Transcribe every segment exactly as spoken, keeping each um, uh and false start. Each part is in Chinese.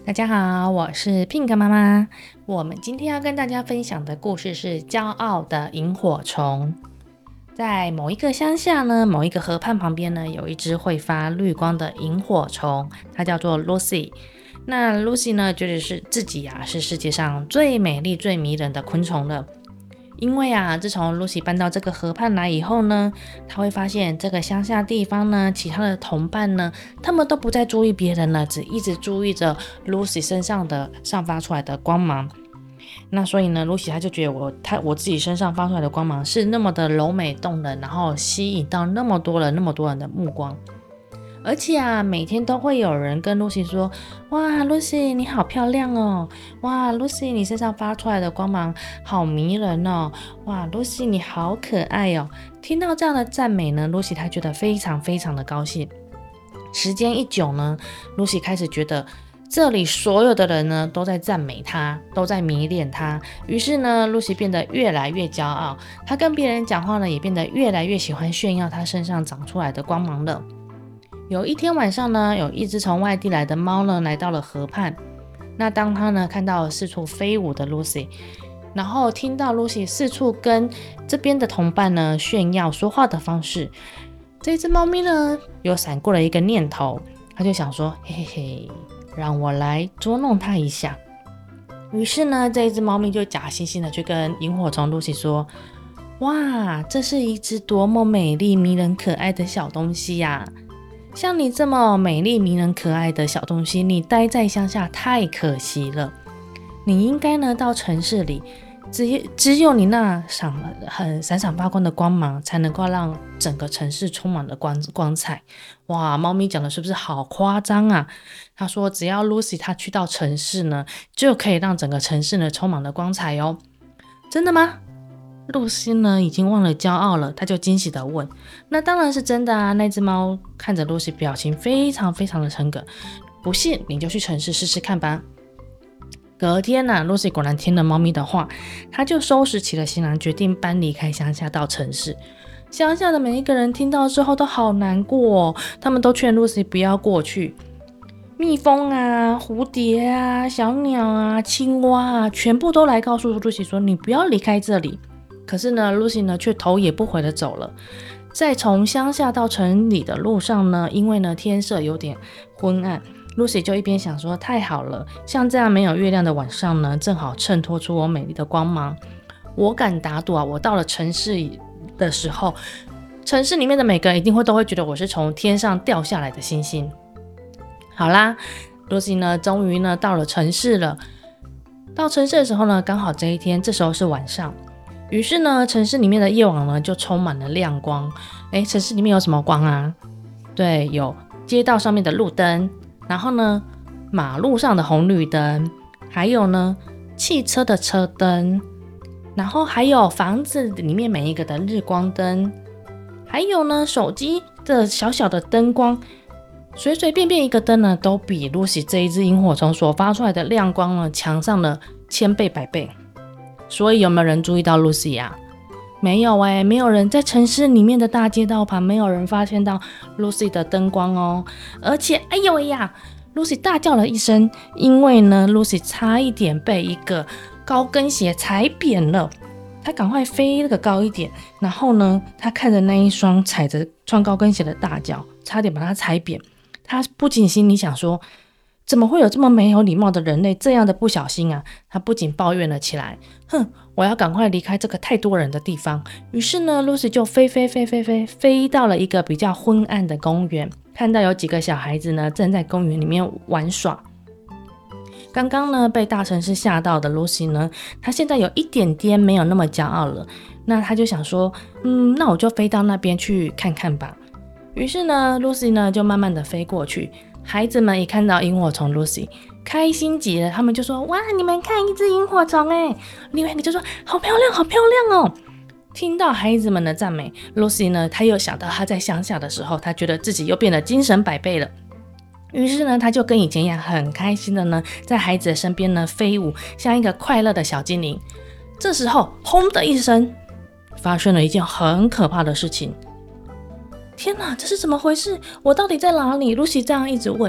大家好，我是 Pink 妈妈。我们今天要跟大家分享的故事是骄傲的萤火虫。在某一个乡下呢，某一个河畔旁边呢，有一只会发绿光的萤火虫，它叫做 Lucy。那 Lucy 呢，觉得是自己啊是世界上最美丽、最迷人的昆虫了。因为啊，自从 Lucy 搬到这个河畔来以后呢，她会发现这个乡下地方呢，其他的同伴呢，他们都不再注意别人了，只一直注意着 Lucy 身上的散发出来的光芒。那所以呢 Lucy 她就觉得我她我自己身上发出来的光芒是那么的柔美动人，然后吸引到那么多人那么多人的目光。而且啊，每天都会有人跟 Lucy 说，哇 Lucy 你好漂亮哦，哇 Lucy 你身上发出来的光芒好迷人哦，哇 Lucy 你好可爱哦。听到这样的赞美呢， Lucy 她觉得非常非常的高兴。时间一久呢， Lucy 开始觉得这里所有的人呢都在赞美她，都在迷恋她。于是呢 Lucy 变得越来越骄傲，她跟别人讲话呢也变得越来越喜欢炫耀她身上长出来的光芒了。有一天晚上呢，有一只从外地来的猫呢来到了河畔。那当它呢看到了四处飞舞的 Lucy， 然后听到 Lucy 四处跟这边的同伴呢炫耀说话的方式，这只猫咪呢有闪过了一个念头，它就想说，嘿嘿嘿，让我来捉弄它一下。于是呢，这一只猫咪就假惺惺的去跟萤火虫 Lucy 说，哇，这是一只多么美丽迷人可爱的小东西呀、啊像你这么美丽迷人可爱的小东西，你待在乡下太可惜了。你应该呢到城市里，只只有你那闪很闪闪发光的光芒，才能够让整个城市充满了光光彩。哇，猫咪讲的是不是好夸张啊？他说只要 Lucy 她去到城市呢，就可以让整个城市呢充满了光彩哦。真的吗？露西呢已经忘了骄傲了，他就惊喜的问，那当然是真的啊。那只猫看着露西表情非常非常的诚恳，不信你就去城市试试看吧。隔天啊，露西果然听了猫咪的话，他就收拾起了行囊，决定搬离开乡下到城市。乡下的每一个人听到之后都好难过哦，他们都劝露西不要过去。蜜蜂啊，蝴蝶啊，小鸟啊，青蛙啊，全部都来告诉露西说，你不要离开这里。可是呢 Lucy 呢却头也不回的走了。在从乡下到城里的路上呢，因为呢天色有点昏暗， Lucy 就一边想说，太好了，像这样没有月亮的晚上呢，正好衬托出我美丽的光芒。我敢打赌啊，我到了城市的时候，城市里面的每个人一定会都会觉得我是从天上掉下来的星星。好啦， Lucy 呢终于呢到了城市了。到城市的时候呢，刚好这一天这时候是晚上。于是呢，城市里面的夜晚呢就充满了亮光。诶，城市里面有什么光啊？对，有街道上面的路灯，然后呢，马路上的红绿灯，还有呢，汽车的车灯，然后还有房子里面每一个的日光灯，还有呢，手机的小小的灯光。随随便便一个灯呢，都比 Lucy 这一只萤火虫所发出来的亮光呢强上了千倍百倍。所以有没有人注意到 Lucy 啊？没有哎、欸，没有人在城市里面的大街道旁，没有人发现到 Lucy 的灯光哦。而且，哎呦喂呀 ，Lucy 大叫了一声，因为呢 ，Lucy 差一点被一个高跟鞋踩扁了。她赶快飞那个高一点，然后呢，她看着那一双踩着穿高跟鞋的大脚，差点把它踩扁。她不仅心里想说，怎么会有这么没有礼貌的人类这样的不小心啊？他不仅抱怨了起来，哼，我要赶快离开这个太多人的地方。于是呢 Lucy 就飞飞飞飞飞飞到了一个比较昏暗的公园，看到有几个小孩子呢正在公园里面玩耍。刚刚呢被大城市吓到的 Lucy 呢，她现在有一点点没有那么骄傲了。那她就想说，嗯，那我就飞到那边去看看吧。于是呢 Lucy 呢就慢慢的飞过去。孩子们一看到萤火虫 Lucy 开心极了，他们就说，哇，你们看一只萤火虫耶。另外一个就说，好漂亮好漂亮哦。听到孩子们的赞美， Lucy 呢她又想到她在乡下的时候，她觉得自己又变得精神百倍了。于是呢她就跟以前一样很开心的呢在孩子的身边呢飞舞，像一个快乐的小精灵。这时候轰的一声，发生了一件很可怕的事情。天哪，这是怎么回事？我到底在哪里？ Lucy 这样一直问。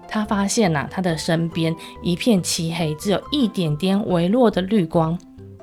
他发现啊，他的身边一片漆黑，只有一点点微弱的绿光。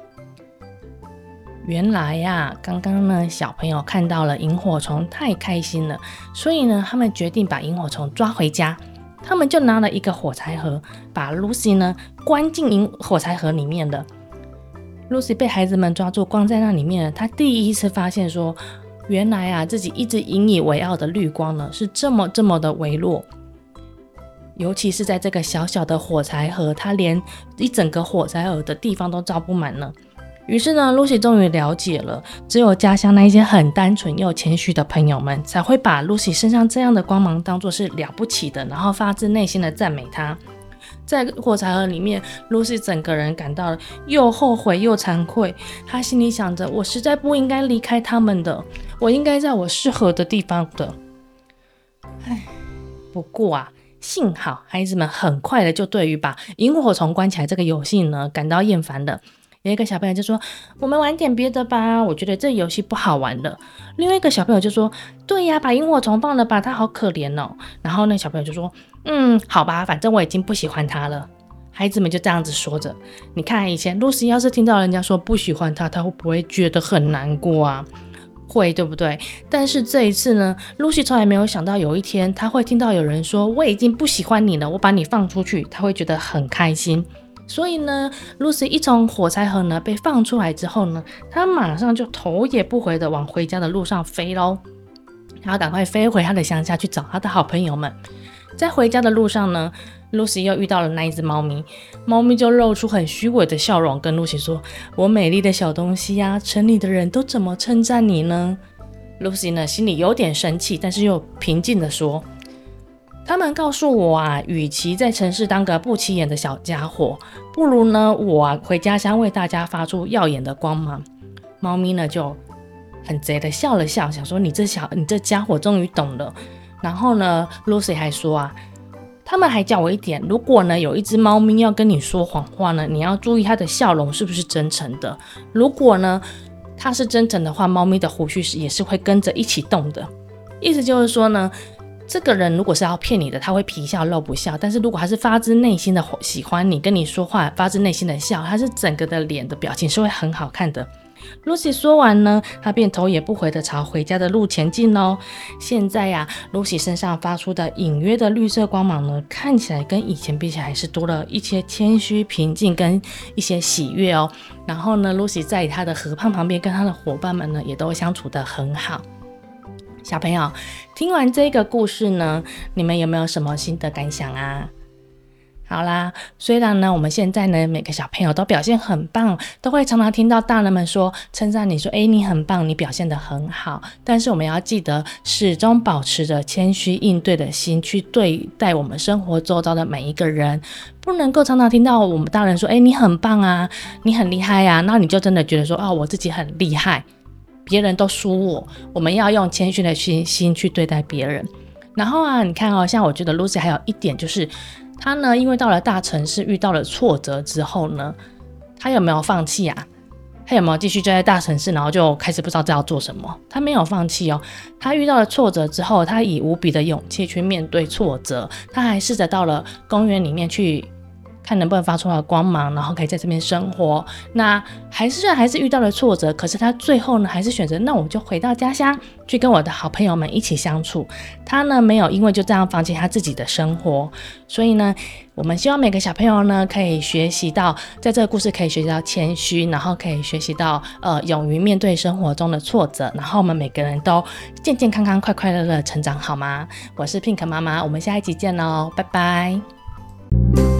原来呀、啊，刚刚呢，小朋友看到了萤火虫，太开心了，所以呢，他们决定把萤火虫抓回家。他们就拿了一个火柴盒，把 Lucy 呢关进萤火柴盒里面的。Lucy 被孩子们抓住，关在那里面了。她第一次发现说，原来啊，自己一直引以为傲的绿光呢，是这么这么的微弱。尤其是在这个小小的火柴盒，它连一整个火柴盒的地方都照不满了。于是呢 Lucy 终于了解了，只有家乡那一些很单纯又谦虚的朋友们，才会把 Lucy 身上这样的光芒当作是了不起的，然后发自内心的赞美她。在火柴盒里面， Lucy 整个人感到又后悔又惭愧，她心里想着，我实在不应该离开他们的，我应该在我适合的地方的。唉，不过啊，幸好孩子们很快的就对于把萤火虫关起来这个游戏呢感到厌烦了。有一个小朋友就说，我们玩点别的吧，我觉得这游戏不好玩了。另外一个小朋友就说，对呀，把萤火虫放了吧，他好可怜哦。然后那小朋友就说，嗯，好吧，反正我已经不喜欢他了。孩子们就这样子说着。你看以前 Lucy 要是听到人家说不喜欢他，他会不会觉得很难过啊？会，对不对？但是这一次呢， Lucy 从来没有想到有一天他会听到有人说，我已经不喜欢你了，我把你放出去，他会觉得很开心。所以呢 Lucy 一从火柴盒呢被放出来之后呢，她马上就头也不回的往回家的路上飞咯。她要赶快飞回她的乡下去找她的好朋友们。在回家的路上呢， Lucy 又遇到了那一只猫咪，猫咪就露出很虚伪的笑容跟 Lucy 说，我美丽的小东西呀、啊，城里的人都怎么称赞你呢？ Lucy 呢心里有点生气，但是又平静的说，他们告诉我啊，与其在城市当个不起眼的小家伙，不如呢我啊回家乡为大家发出耀眼的光芒。猫咪呢就很贼的笑了笑，想说你这小你这家伙终于懂了。然后呢 Lucy 还说啊，他们还叫我一点，如果呢有一只猫咪要跟你说谎话呢，你要注意它的笑容是不是真诚的。如果呢它是真诚的话，猫咪的胡须也是会跟着一起动的。意思就是说呢，这个人如果是要骗你的，他会皮笑肉不笑，但是如果他是发自内心的喜欢你，跟你说话发自内心的笑，他是整个的脸的表情是会很好看的。 Lucy 说完呢，他便头也不回的朝回家的路前进哦。现在呀、啊、Lucy 身上发出的隐约的绿色光芒呢，看起来跟以前比起来是多了一些谦虚平静跟一些喜悦哦。然后呢 Lucy 在他的河畔旁边跟他的伙伴们呢也都相处得很好。小朋友听完这个故事呢，你们有没有什么新的感想啊？好啦，虽然呢我们现在呢每个小朋友都表现很棒，都会常常听到大人们说称赞你说诶你很棒，你表现得很好，但是我们要记得始终保持着谦虚应对的心去对待我们生活周遭的每一个人，不能够常常听到我们大人说诶你很棒啊，你很厉害啊，那你就真的觉得说啊我自己很厉害，别人都输我。我们要用谦虚的心心去对待别人。然后啊你看哦，像我觉得 Lucy 还有一点就是她呢因为到了大城市遇到了挫折之后呢，她有没有放弃啊？她有没有继续就在大城市然后就开始不知道要做什么？她没有放弃哦。她遇到了挫折之后，她以无比的勇气去面对挫折，她还试着到了公园里面去看能不能发出来光芒，然后可以在这边生活。那还是还是遇到了挫折，可是他最后呢还是选择那我就回到家乡去跟我的好朋友们一起相处。他呢没有因为就这样放弃他自己的生活。所以呢我们希望每个小朋友呢可以学习到，在这个故事可以学习到谦虚，然后可以学习到呃勇于面对生活中的挫折，然后我们每个人都健健康康快快乐乐成长，好吗？我是 Pink 妈妈，我们下一集见咯，拜拜。